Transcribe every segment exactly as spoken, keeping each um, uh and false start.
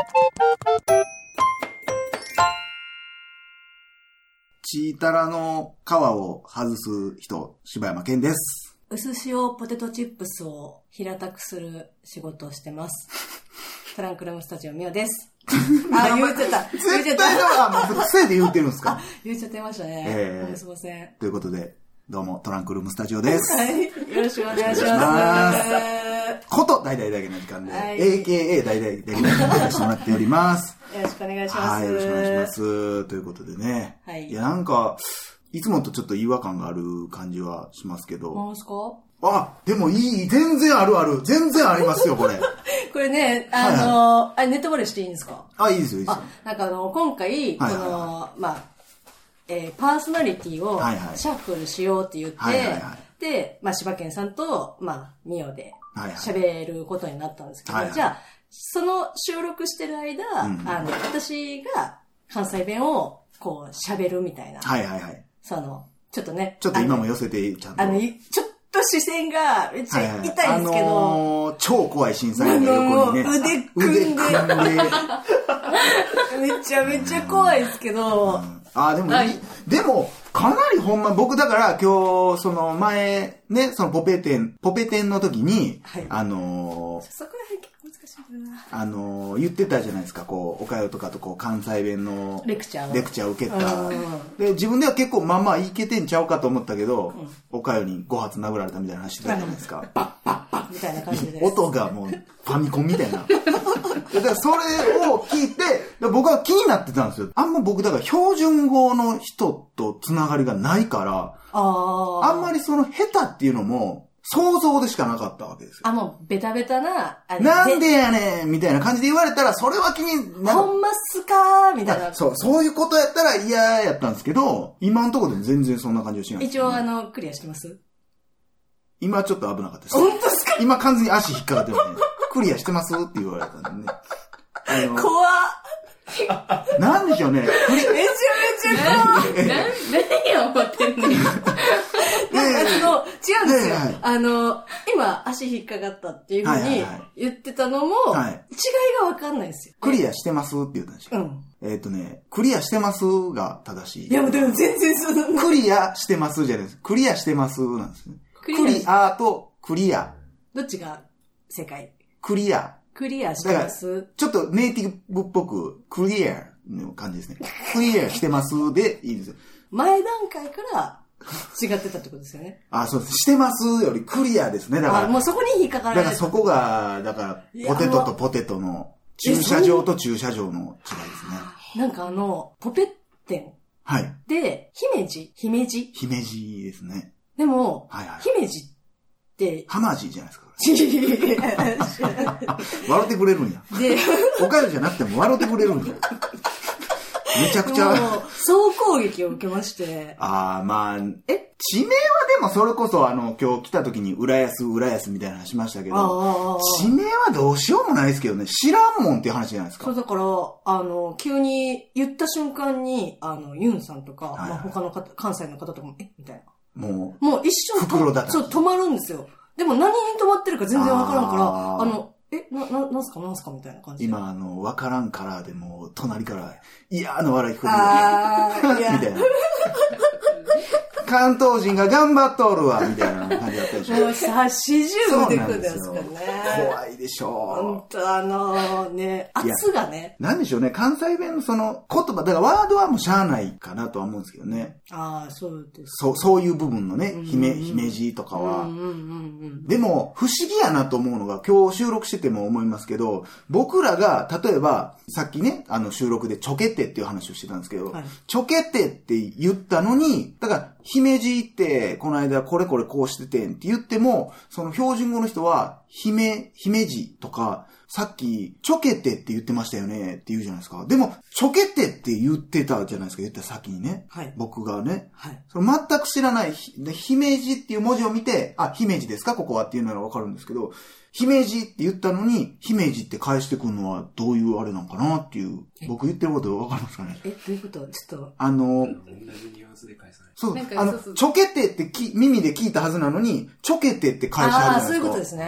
チータラの皮を外す人、柴山健です。 薄塩ポテトチップスを平たくする仕事をしてます。トランクルームスタジオみおです。あ、言っちゃった。言っちゃった。 あ、もう癖で言ってるんですか。 あ、言っちゃってましたね。えー、すいません。 ということで、どうもトランクルームスタジオです。 はい。よろしくお願いします。 こと大々だけの時間で、はい、エーケーエー 大々だけの時間でやらせてもらっております。 よろしくお願いします。 はい、よろしくお願いします。ということでね。はい。いや、なんか、いつもとちょっと違和感がある感じはしますけど。 何ですか？ あ、でもいい。全然あるある。全然ありますよ、これ。 これね、あの、はいはい、あ、ネットバレしていいんですか？ あ、いいですよ、いいですよ。 あ、なんかあの、今回、この、はいはいはい、まあ、えー、パーソナリティをシャッフルしようって言って、はいはいはいはい、で、まあ、柴犬さんと、まあ、ミオで喋ることになったんですけど、はいはい、じゃあ、その収録してる間、うんうん、あの、私が関西弁をこう喋るみたいな。 はいはいはい。 その、ちょっとね。 ちょっと今も寄せて、ちゃんと。 あの、ちょっと視線がめっちゃ痛いんですけど。はいはい、あのー、超怖い審査員が横にね。 腕組んで。腕組んで。めちゃめちゃ怖いですけど。うん、 あ、でも、はい、でも、かなりほんま、僕だから今日、その前、ね、そのポペテン、ポペテンの時に、はい、あのー、 そこら辺結構難しいな。 あのー、言ってたじゃないですか、こう、おかよとかとこう、関西弁のレクチャーを。 レクチャーを受けた。で、自分では結構まあまあいけてんちゃうかと思ったけど、うん、おかよにご発殴られたみたいな話してたじゃないですか。 バッバッバッみたいな感じで。 音がもう、ファミコンみたいな。だからそれを聞いて、僕は気になってたんですよ。あんま僕だから標準語の人とつながりがないから、あ, あんまりその下手っていうのも想像でしかなかったわけですよ。 あ、もうベタベタな、 あなんでやねんみたいな感じで言われたら、それは気になる。 ほんまっすかーみたいな。 そう、そういうことやったら嫌やったんですけど、今のところでも全然そんな感じはしない、ね。 一応あの、クリアしてます？ 今ちょっと危なかったです。 本当ですか？ 今完全に足引っかかってますね。クリアしてますって言われたんでね。 怖っ。 なんでしょうね。 めちゃめちゃ怖い。 な、何を思ってんの？ なんかその、違うんですよ。あの、今足引っかかったっていうふうに言ってたのも、違いがわかんないですよ。 クリアしてますって言ったんですよ。うん。えっとね、クリアしてますが正しい。 いや、でも全然その。 クリアしてますじゃないです。クリアしてますなんですね。クリアとクリア。 どっちが正解？ クリア。 クリアしてます。 ちょっとネイティブっぽく、クリアの感じですね。クリアしてますでいいですよ。 前段階から違ってたってことですよね。 あ、そうです。してますよりクリアですね。だから。 あ、もうそこに引っかからない。だからそこが、だから、ポテトとポテトの、駐車場と駐車場の違いですね。 なんかあの、ポペッテン。 はい。 で、姫路姫路姫路ですね。 でも、はいはい、姫路って、 ハマジじゃないですか。笑ってくれるんや。で、おかゆじゃなくても笑ってくれるんや。めちゃくちゃ。 もう、総攻撃を受けまして。 ああ、まあ、え、地名はでもそれこそあの、今日来た時に浦安、浦安みたいな話しましたけど、地名はどうしようもないですけどね、知らんもんっていう話じゃないですか。 そうだから、あの、急に言った瞬間に、あの、ユンさんとか、はいはい、まあ、他の方、関西の方とかも、えみたいな。もう、もう一瞬、 袋だった。 そう、止まるんですよ。でも何に止まってるか全然わからんから、あ, あの、え、な、な、なんすかなんすかみたいな感じ。 今、あの、わからんからでも、隣から、嫌な笑い聞こえてあー、いや。 みたいな。関東人が頑張っとるわ、みたいな感じだったでしょ。 もうさ、四十でくんですかね。 怖いでしょう。 ほんと、あのー、ね、圧がね。 なんでしょうね、関西弁のその言葉、だからワードはもうしゃあないかなとは思うんですけどね。 ああ、そうです。 そう、そういう部分のね、姫、姫路とかは。でも、不思議やなと思うのが、今日収録してても思いますけど、僕らが、例えば、さっきね、あの収録でちょけてっていう話をしてたんですけど、はい、ちょけてって言ったのに、だから、姫路って、この間これこれこうしててんって言っても、その標準語の人は、姫、姫路とか、さっき、ちょけてって言ってましたよねって言うじゃないですか。でも、ちょけてって言ってたじゃないですか。言った先にね。はい。僕がね。はい。それ全く知らない、姫路っていう文字を見て、あ、姫路ですかここはっていうのがわかるんですけど、姫路って言ったのに、姫路って返してくるのはどういうあれなんかなっていう。僕言ってることわかりますかね。 え、どういうことちょっと。 あの、 同じニュアンスで返さない。 そう、あの、ちょけてってき耳で聞いたはずなのに、ちょけてって返しはるじゃないですか。 ああ、そういうことですね。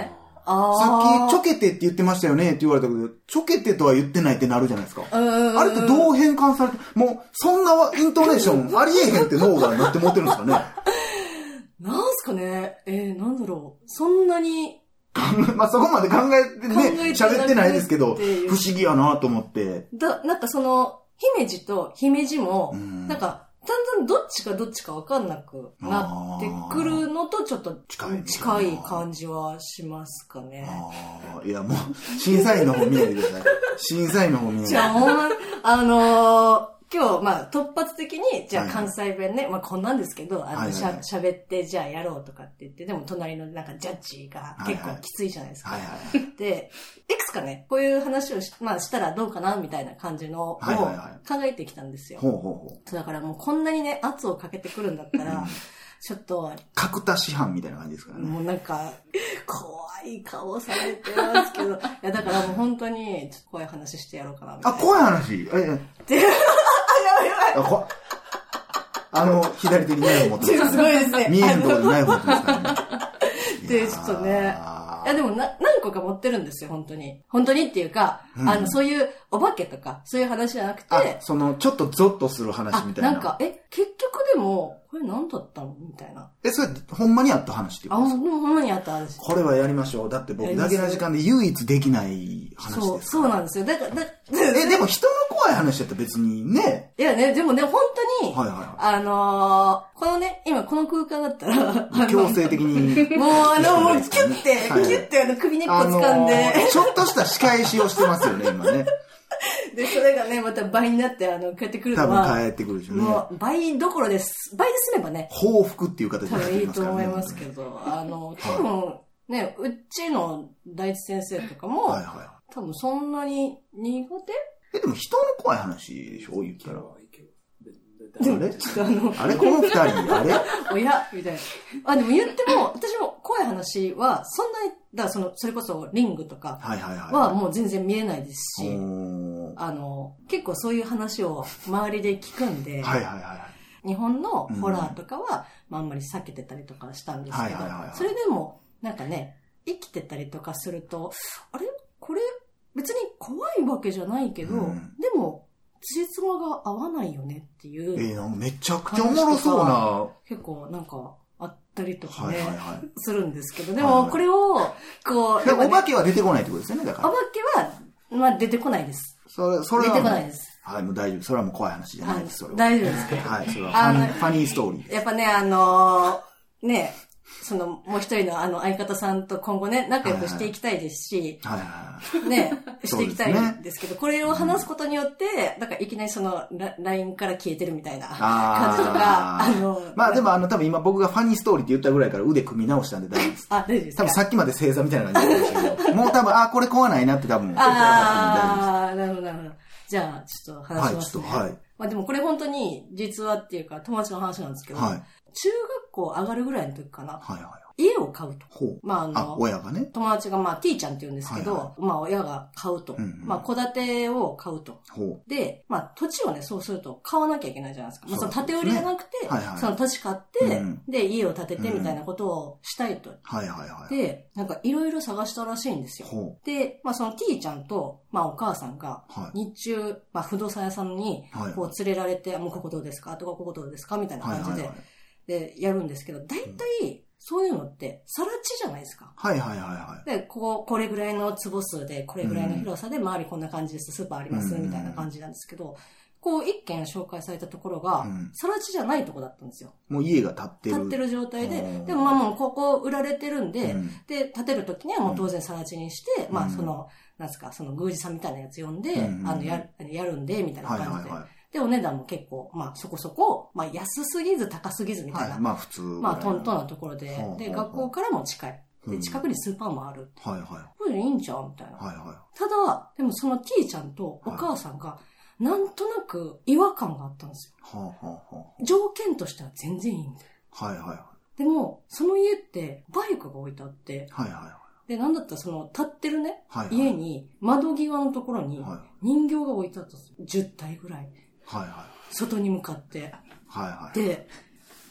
さっきちょけてって言ってましたよねって言われたけど、ちょけてとは言ってないってなるじゃないですか。あれってどう変換されて、もうそんなイントネーションありえへんって脳がなって持ってるんですかね。 なんすかね、えー、なんだろう。そんなに。 まあそこまで考えてね、喋ってないですけど、不思議やなと思って。 だ、なんかその、姫路と姫路も、んなんか、だんだんどっちかどっちかわかんなくなってくるのとちょっと近い、近い感じはしますかね。 あいやもう、審査員の方見ないでください。審査員の方見ないでください。 じゃあほんま、あのー、今日、まあ、突発的に、じゃあ関西弁ね、はいはい、まあこんなんですけど、あの、しゃ、喋って、じゃあやろうとかって言って、でも隣のなんかジャッジが結構きついじゃないですか。はいはい、で、いくつかね、こういう話をし、まあしたらどうかな、みたいな感じのを考えてきたんですよ。 はいはいはい、ほうほうほう。 だからもうこんなにね、圧をかけてくるんだったら、ちょっと、 角田師範みたいな感じですからね。 もうなんか、怖い顔されてますけど、いやだからもう本当に、ちょっと怖い話してやろうかなみたいな。 あ、怖い話ええ。あ、こあの、左手にナイフ持ってますからね。 すごいですね。 見えへんところでナイフ持ってますからね。 で、ちょっとね。いや、でもな、何個か持ってるんですよ、本当に。本当にっていうか、うん、あの、そういうお化けとか、そういう話じゃなくて。 あ、その、ちょっとゾッとする話みたいな。 なんか、え、結局でも、これ何だったのみたいな。 え、それ、ほんまにあった話っていうことですか？ あ、ほんまにあった話。 これはやりましょう。だって僕だけの時間で唯一できない話ですから。そう、 そうなんですよ。だから、だえ、でも人の怖い話だったら別にね。 いやね、でもね、本当に、 はいはいはい、 あのー、このね、今この空間だったら、 強制的に。 もうあの、もうキュッて、はい、キュッてあの首根っこ掴んで、あのー。 ちょっとした仕返しをしてますよね、今ね。 で、それがね、また倍になって、あの、帰ってくるのは。 多分帰ってくるでしょうね。 もう、倍どころです。倍で済めばね。 報復っていう形で多分いいと思いますけど、あの、多分、ね、うちの大地先生とかも、はいはい、多分そんなに苦手？ え、でも人の怖い話でしょ言ったら。 あれちょっとあの、 あれこの二人、あれおやみたいな。あ、でも言っても、私も怖い話は、そんなに、だからその、それこそリングとかはもう全然見えないですし、あの、結構そういう話を周りで聞くんで、はいはいはい、日本のホラーとかは、うんまあ、あんまり避けてたりとかしたんですけど、それでも、なんかね、生きてたりとかすると、あれこれ、別に怖いわけじゃないけど、うん、でも、辻褄が合わないよねっていう。 えー、めちゃくちゃおもろそうな。 結構なんかあったりとかね、はいはいはい、するんですけど、でもこれを、こう、 ね、お化けは出てこないってことですよね、だから。 お化けは、まあ出てこないです。 それ、それは。 出てこないです。 はい、もう大丈夫。それはもう怖い話じゃないです、それは。 大丈夫ですか？ はい、それはファニー、ファニーストーリーです。 やっぱね、あのー、ね、その、もう一人のあの相方さんと今後ね、仲良くしていきたいですし、はいはいはい、ね、していきたいんですけど、ね、これを話すことによって、なんかいきなりその、ライン から消えてるみたいな感じとか、あの、 まあでもあの、多分今僕がファニーストーリーって言ったぐらいから腕組み直したんで大丈夫です。 あ、大丈夫ですか？ 多分さっきまで正座みたいな感じだったんですけど、もう多分、あ、これ怖ないなって多分、 ああ、なるほどなるほど。じゃあ、ちょっと話しますね。 はい、ちょっと、はい。 まあでもこれ本当に実話っていうか友達の話なんですけど、はい、中学校上がるぐらいの時かな。はいはい。家を買うと。 ほう。 まあ、あの、 あ、親がね。 友達がまあ、T ちゃんって言うんですけど、はいはい、まあ、親が買うと。うんうん、まあ、戸建てを買うと。ほう。で、まあ、土地をね、そうすると買わなきゃいけないじゃないですか。まあ、その建て売りじゃなくて、はいはい、その土地買って、うん、で、家を建ててみたいなことをしたいと。うん、はいはいはい。で、なんかいろいろ探したらしいんですよ。ほう。で、まあ、その T ちゃんと、まあ、お母さんが、日中、はい、まあ、不動産屋さんに、こう、連れられて、はいはい、もうここどうですかとか、ここどうですかみたいな感じで、はいはいはい、で、やるんですけど、大体、うんそういうのって、さら地じゃないですか。 はいはいはいはい。 で、ここ、これぐらいの坪数で、これぐらいの広さで、周りこんな感じです、スーパーあります、みたいな感じなんですけど、こう、一軒紹介されたところが、さら地じゃないとこだったんですよ。 もう家が建ってる。 建ってる状態で、でもまあもうここ売られてるんで、で、建てる時にはもう当然さら地にして、まあその、なんですか、その宮司さんみたいなやつ呼んで、あの、や、やるんで、みたいな感じで。で、お値段も結構、まあそこそこ、まあ安すぎず高すぎずみたいな。はい、 まあ普通。 まあトントンなところで、はあ、で、学校からも近い。で、近くにスーパーもある。はいはい。これいいんじゃんみたいな。はいはい。ただ、でもその T ちゃんとお母さんが、なんとなく違和感があったんですよ。はあはあはあ、条件としては全然いいみたいな。はいはいはい。でも、その家ってバイクが置いてあって、はいはいはい。で、なんだったらその、立ってるね、はいはい、家に、窓際のところに、人形が置いてあったんですよ。じゅったいぐらい。はいはい。外に向かって。はいはい。で、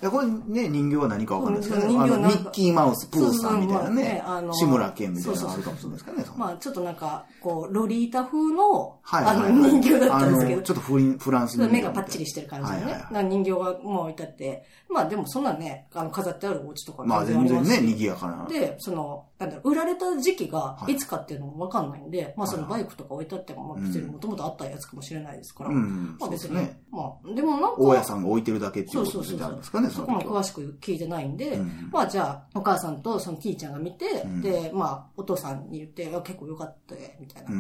やこれね、人形は何かわかんないですけど、ね、あのミッキーマウス、プーさんみたいなね、あの志村けんみたいなのがあるかもしれないですかね。 まあちょっとなんか、こう、ロリータ風の、はいはいはい、あの人形だったんですけど。 ちょっとフリフランスの目がパッチリしてる感じのね。はいはいはい、人形がもう置いてあって、まあでもそんなね、あの飾ってあるお家とかまあ全然ね、賑やかな。 で、その、なんだろう、売られた時期がいつかっていうのもわかんないんで、はい、まあそのバイクとか置いてあっても、まあ別にもともとあったやつかもしれないですから。うん、まあ別に、ね、まあ、でもなんか。 大家さんが置いてるだけっていうことであるんですかね、 そこも詳しく聞いてないんで、うん、まあじゃあ、お母さんとその T ちゃんが見て、うん、で、まあお父さんに言って、いや結構良かったね、みたいな、うん。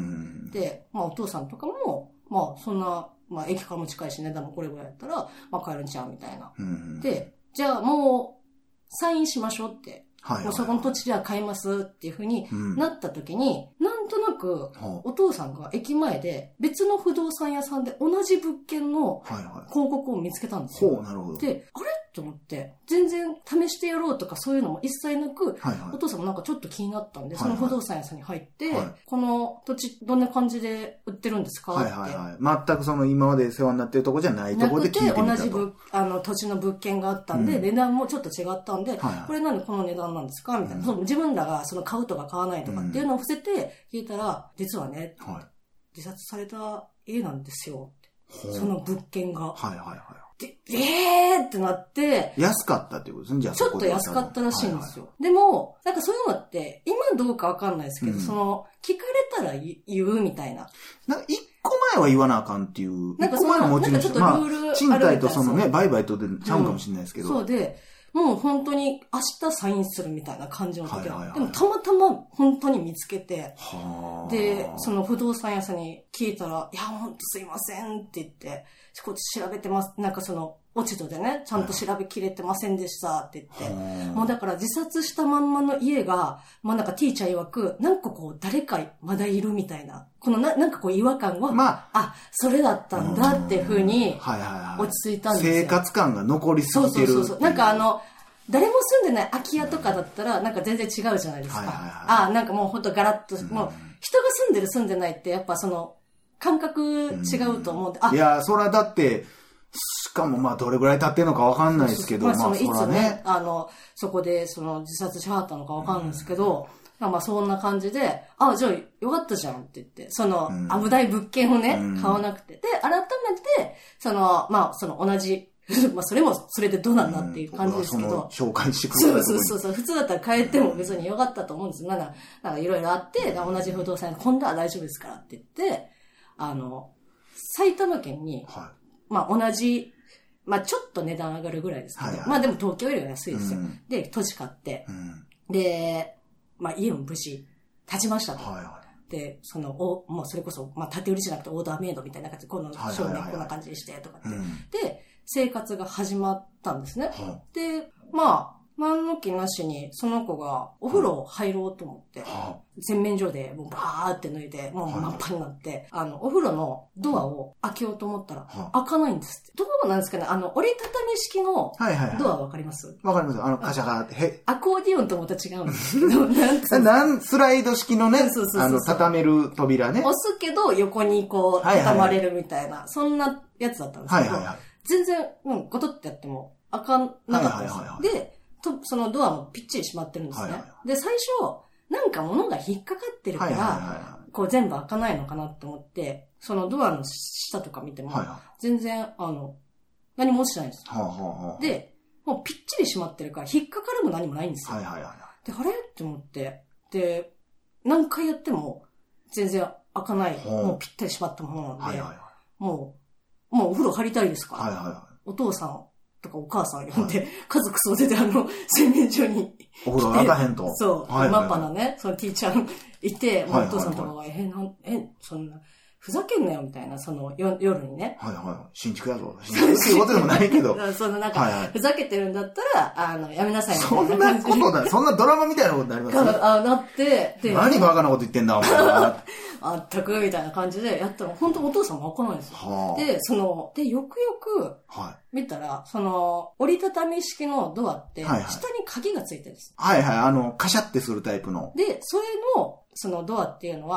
で、まあお父さんとかも、まあそんな、まあ駅からも近いし値段もこれぐらいやったら、まあ買えるんちゃうみたいな、うん。で、じゃあもう、サインしましょうって。はいはいはい、もうそこの土地では買いますっていう風になった時に、うん、なんとなく、お父さんが駅前で別の不動産屋さんで同じ物件の広告を見つけたんですよ。 はいはい、なるほど。 で、あれと思って、全然試してやろうとかそういうのも一切なく、はいはい、お父さんもなんかちょっと気になったんで、その不動産屋さんに入って、はいはい、この土地どんな感じで売ってるんですかって。はいはいはい。 全くその今まで世話になってるとこじゃないとこで聞いてみたと。 なくて同じぶあの土地の物件があったんで、うん、値段もちょっと違ったんで、はいはい、これなんでこの値段なんですかみたいな、うん。自分らがその買うとか買わないとかっていうのを伏せて聞いたら、実はね、はい、自殺された家なんですよ。その物件が。はいはいはい。で、えーってなって。 安かったっていうことですね、じゃあ。 ちょっと安かったらしいんですよ。はいはい、でも、なんかそういうのって、今どうかわかんないですけど、うん、その、聞かれたら言うみたいな。 なんか一個前は言わなあかんっていう。なんかその、なんかちょっとルール、まあ、賃貸とそのね、売買とでちゃうかもしれないですけど。 うん、そうで、もう本当に明日サインするみたいな感じの時は、はいはいはい、でもたまたま本当に見つけて、で、その不動産屋さんに聞いたら、いや、本当すいませんって言って、こっち調べてます。なんかその、落ち度でね、ちゃんと調べきれてませんでしたって言って、もうだから自殺したまんまの家が、まあなんかティーチャー曰く、なんかこう誰かまだいるみたいな、このな、なんかこう違和感は、まあ、あ、それだったんだっていう風に、落ち着いたんですよ。 生活感が残りすぎてる。 そうそうそう。なんかあの、誰も住んでない空き家とかだったら、なんか全然違うじゃないですか。はいはいはい、あ、なんかもうほんとガラッと、うん、もう人が住んでる住んでないってやっぱその、感覚違うと思うんで、 うん、あ、いや、それはだって、しかもまあどれぐらい経ってるのかわかんないですけど、まあそのいつね、 あの、そこでその自殺しはったのかわかんないですけど、うん、まあそんな感じで、あ、じゃあよかったじゃんって言って、その危ない物件をね、うん、買わなくて。で、改めて、その、まあその同じ、まあそれもそれでどうなんだっていう感じですけど。 うん、紹介してくれる。そうそうそう。普通だったら変えても別によかったと思うんですよ。なんか、なんかいろいろあって、同じ不動産で今度は大丈夫ですからって言って、あの、埼玉県に、はい、まあ同じ、まあちょっと値段上がるぐらいですけど、はいはい、まあでも東京よりは安いですよ。うん、で、土地買って、うん、で、まあ家も無事建ちましたと。はいはい、で、その、お、もうそれこそ、まあ建て売りじゃなくてオーダーメイドみたいな感じで、この照明こんな感じにしてとかって、はいはいはい、で、生活が始まったんですね。うん、で、まあ、何の気なしに、その子がお風呂入ろうと思って、はあ、洗面所でもうバーって脱いで、もう真っ赤になって、はい、あの、お風呂のドアを開けようと思ったら、はあ、開かないんですって。どうなんですかね、あの、折りたたみ式のドアわかります？わ、 はいはいはい、かります。あの、カシャカって、へ。 アコーディオンとまた違うんですけど、 なんつうなん、スライド式のね、そうそうそうそう、あの、畳める扉ね。 押すけど、横にこう、畳まれるみたいな、はいはいはい、そんなやつだったんですけど、はいはいはい、全然、うん、ゴトってやっても開かなかったんですよ。はいはいはいはい、で、と、そのドアもぴっちり閉まってるんですね。はいはいはい、で、最初、なんか物が引っかかってるから、はいはいはいはい、こう全部開かないのかなって思って、そのドアの下とか見ても、はいはい、全然、あの、何も落ちてないんです。はあはあ、で、もうぴっちり閉まってるから、引っかかるも何もないんですよ。はいはいはい、で、あれって思って、で、何回やっても、全然開かない、はあ、もうぴったり閉まったものなんで、はいはいはい、もう、もうお風呂入りたいですから、はいはいはい、お父さん、とかお母さん呼んで、はい、家族総出であの、洗面所に。 お風呂開かへんと。 そう。はいはいはい、マッパのね、そのティーチャーいて、はいはいはい、お父さんとかが、え、なん、え、そんな、ふざけんなよみたいな、その、よ夜にね。 はいはい。新築やぞ。新築っていうことでもないけど。 そのなんか、はいはい、ふざけてるんだったら、あの、やめなさいみたいな感じ。そんなことだ。そんなドラマみたいなことになりますね。 あ、なって、 で。何バカなこと言ってんだ、お前は。 あったく、みたいな感じでやったら、本当お父さんも開かないんですよ。はあ、で、その、で、よくよく、見たら、はい、その、折りたたみ式のドアって、下に鍵がついてるんです。 はいはい、あの、カシャってするタイプの。 で、それの、そのドアっていうのは、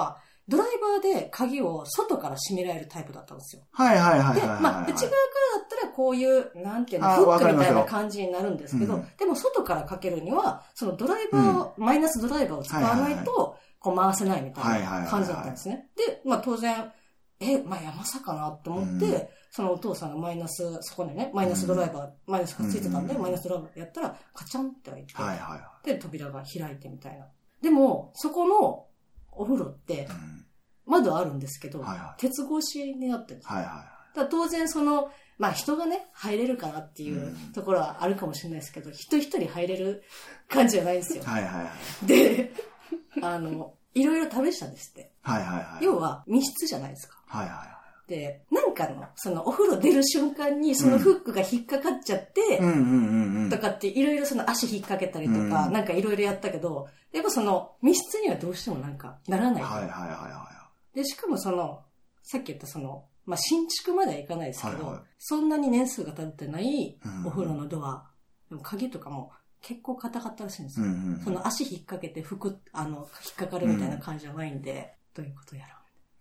ドライバーで鍵を外から閉められるタイプだったんですよ。 はいはいはいはい、はい。 で、まあ、内側からだったらこういう、なんていうの、フックみたいな感じになるんですけど、うん、でも外からかけるには、そのドライバーを、うん、マイナスドライバーを使わないと、こう回せないみたいな感じだったんですね。で、まあ当然、え、まあ山さかなって思って、うん、そのお父さんがマイナス、そこにね、マイナスドライバー、うん、マイナスがついてたんで、うん、マイナスドライバーやったら、カチャンって開いて、はいはいはい、で、扉が開いてみたいな。でも、そこのお風呂って、うん窓あるんですけど、はいはい、鉄格子になってるんです、はいはいはい、だから当然その、まあ人がね、入れるかなっていうところはあるかもしれないですけど、うん、人一人入れる感じじゃないんですよ。はいはいはい、で、あの、いろいろ試したんですって。はいはいはい、要は密室じゃないですか。はいはいはい、で、なんかの、そのお風呂出る瞬間にそのフックが引っかかっちゃって、うん、とかっていろいろその足引っ掛けたりとか、うん、なんかいろいろやったけど、やっぱその密室にはどうしてもなんかならない。はいはいはいはい。で、しかもその、さっき言ったその、まあ、新築まではいかないですけど、はいはい、そんなに年数が経ってないお風呂のドア、うん、でも鍵とかも結構硬かったらしいんですよ。うんうん、その足引っ掛けて服、あの、引っかかるみたいな感じじゃないんで、うん、どういうことやら。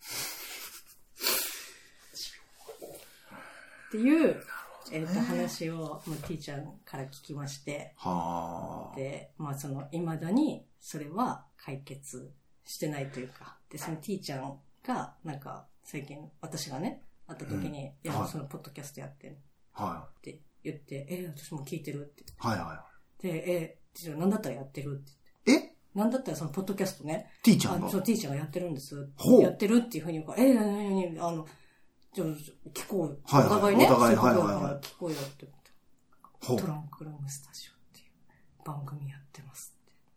っていう、えっと、話を、まあ、T ちゃんから聞きまして、はで、まあ、その、未だにそれは解決してないというか、で、その T ちゃんが、なんか、最近、私がね、会った時に、うん、いや、その、ポッドキャストやってる。はい。って言って、えー、私も聞いてるって言って。はいはい。で、えー、じゃあ何だったらやってるって言って。えなんだったらその、ポッドキャストね。T ちゃんがそう、T ちゃんがやってるんです。ほう。やってるっていうふうに言うから、えー、なになになに、あの、じゃあ、聞こうよ。はいはい、お互いね。お互い、はいはいはい。聞こうよって言って。トランクルームスタジオっていう番組やってます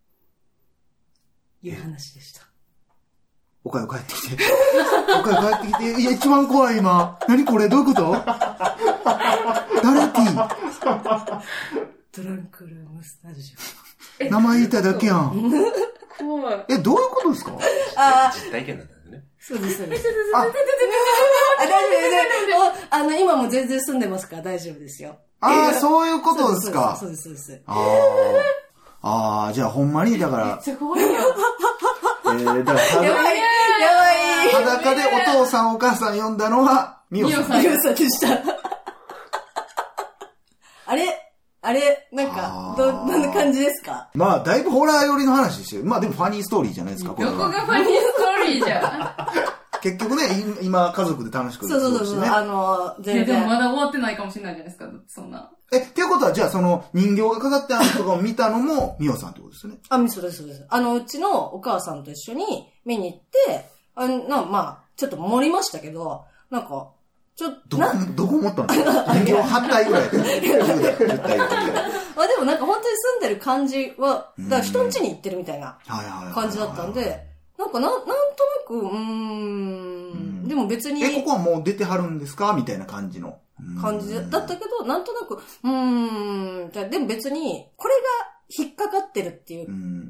って。いう話でした。 おかゆ帰ってきて。おかゆ帰ってきて。いや、一番怖い今。何これどういうこと誰 T? トランクルームスタジオ。名前言いただけやん。 怖い。 え、どういうことですかあ実体験なんだよね。 そうです、そうです。あ、大丈夫、大丈夫。あの、今も全然住んでますから大丈夫ですよ。 ああ、そういうことですか。 そうです、そうです。そうですああ。ああ、じゃあほんまに、だから。めっちゃ怖いよ。 えー、だから、 やばい、やばい。 裸でお父さんお母さん呼んだのは、みおさん。 みおさんでした。あれあれなんか、ど、どんな感じですか？ まあ、だいぶホラー寄りの話ですよ。まあでもファニーストーリーじゃないですか、これは。 どこがファニーストーリーじゃん。 結局ね、今家族で楽しくそうそうそう、あの、全然。 でもまだ終わってないかもしれないじゃないですか、そんな。 え、っていうことは、じゃあその人形が飾ってあるとかを見たのも、みおさんってことですよね。 あ、そうです、そうです。あの、うちのお母さんと一緒に見に行って、あの、まあ、ちょっと盛りましたけど、なんか、ちょっと、 どこ、どこ持ったんですか人形はち体ぐらいで。じゅう体、じゅっ体ぐらい。 まあでもなんか本当に住んでる感じは、だから人ん家に行ってるみたいな感じだったんで、なんかな、なんとなく、うーん、でも別に。 え、ここはもう出てはるんですかみたいな感じの。 感じだったけど、なんとなく、うーん、じゃでも別に、これが引っかかってるっていう、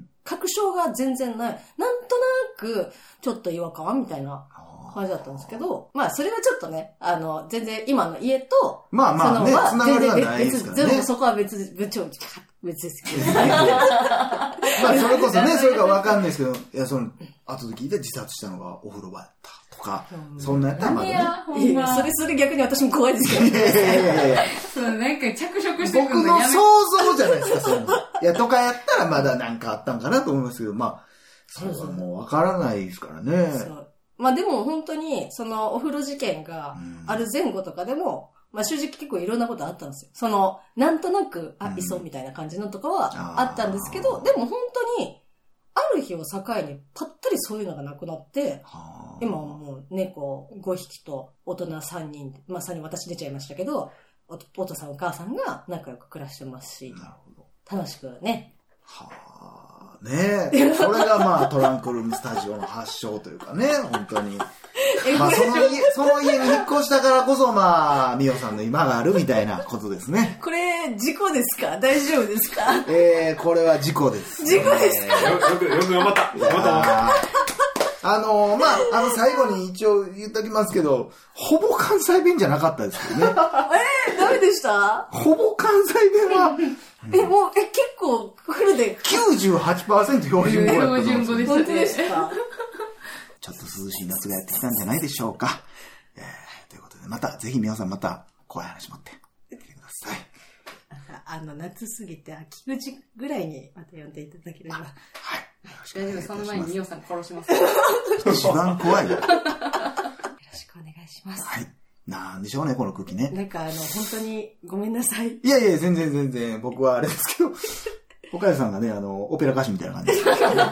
確証が全然ない。なんとなく、ちょっと違和感みたいな感じだったんですけど、まあそれはちょっとね、あの、全然今の家と、 まあまあね、つながりはないですからね。 全部そこは別、別、別ですけど。 まあそれこそね、それがわかんないですけど、いや、その、後で聞いて自殺したのがお風呂場やったとか、そんなやったらまだね。 いや、それ、それ逆に私も怖いですけど。 いやいやいやいや。 そう、なんか着色してくるの僕の想像じゃないですか、そういうの。いや、とかやったらまだなんかあったんかなと思いますけど、まあ、それはもうわからないですからね。そう。 まあでも本当に、そのお風呂事件がある前後とかでも、まあ正直結構いろんなことあったんですよ。その、なんとなく、あ、いそうみたいな感じのとかはあったんですけど、でも本当に、ある日を境にぱったりそういうのがなくなって、今はもう猫ごひきと大人さんにん、まあさんにん私出ちゃいましたけど、お, お父さんお母さんが仲良く暮らしてますし、なるほど楽しくね。 はあ、ねえ。それがまあトランクルームスタジオの発祥というかね、本当に。まあその家、その家に引っ越したからこそまあ、みおさんの今があるみたいなことですね。 これ、事故ですか？大丈夫ですか？ えー、これは事故です、 ね。事故ですか？ よく、よく頑張った。頑張った。 あのー、まあ、あの、最後に一応言っときますけど、ほぼ関西弁じゃなかったですけどね。 えー、ダメでした？ ほぼ関西弁は、 え、もう、え、結構、フルで。 きゅうじゅうはちパーセント 標準語やったと思うんですよ。 本当ですか？ ちちょっと涼しい夏がやってきたんじゃないでしょうか。えー、ということで、また、ぜひ皆さんまた、怖い話持ってきてください。 あの、夏過ぎて秋口ぐらいにまた呼んでいただければ。はい。 大丈夫、その前にミオさん殺します。 一番怖いよ。よろしくお願いします。 はい。なんでしょうね、この空気ね。 なんかあの、本当にごめんなさい。 いやいや、全然全然、僕はあれですけど、岡谷さんがね、あの、オペラ歌手みたいな感じで。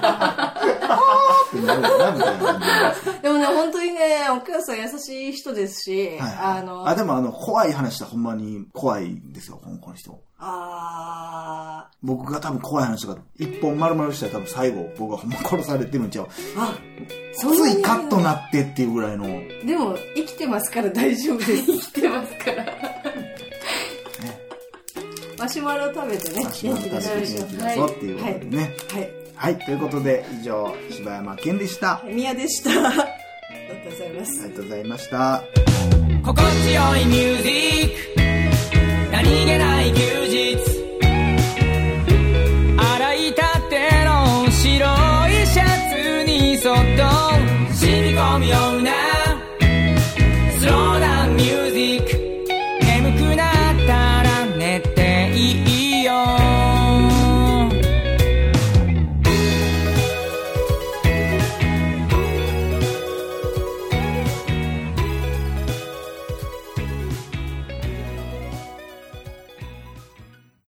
ってなるな、みたいな感じで。でもね、本当にね、岡谷さん優しい人ですし、はい、あの、 あ、でもあの、怖い話はほんまに怖いんですよ、この人。 あー。 僕が多分怖い話とか、一本丸々したら多分最後、僕がほんま殺されてるんちゃう。あ、ついカットなってっていうぐらいの。 でも、生きてますから大丈夫です。生きてますから。マシュマロ食べてね、元気出しましょう。 元気だぞっていうことでね。はい。はいはい、ということで、以上、柴山健でした。 宮でした。ありがとうございます。 ありがとうございました。 心地よいミュージック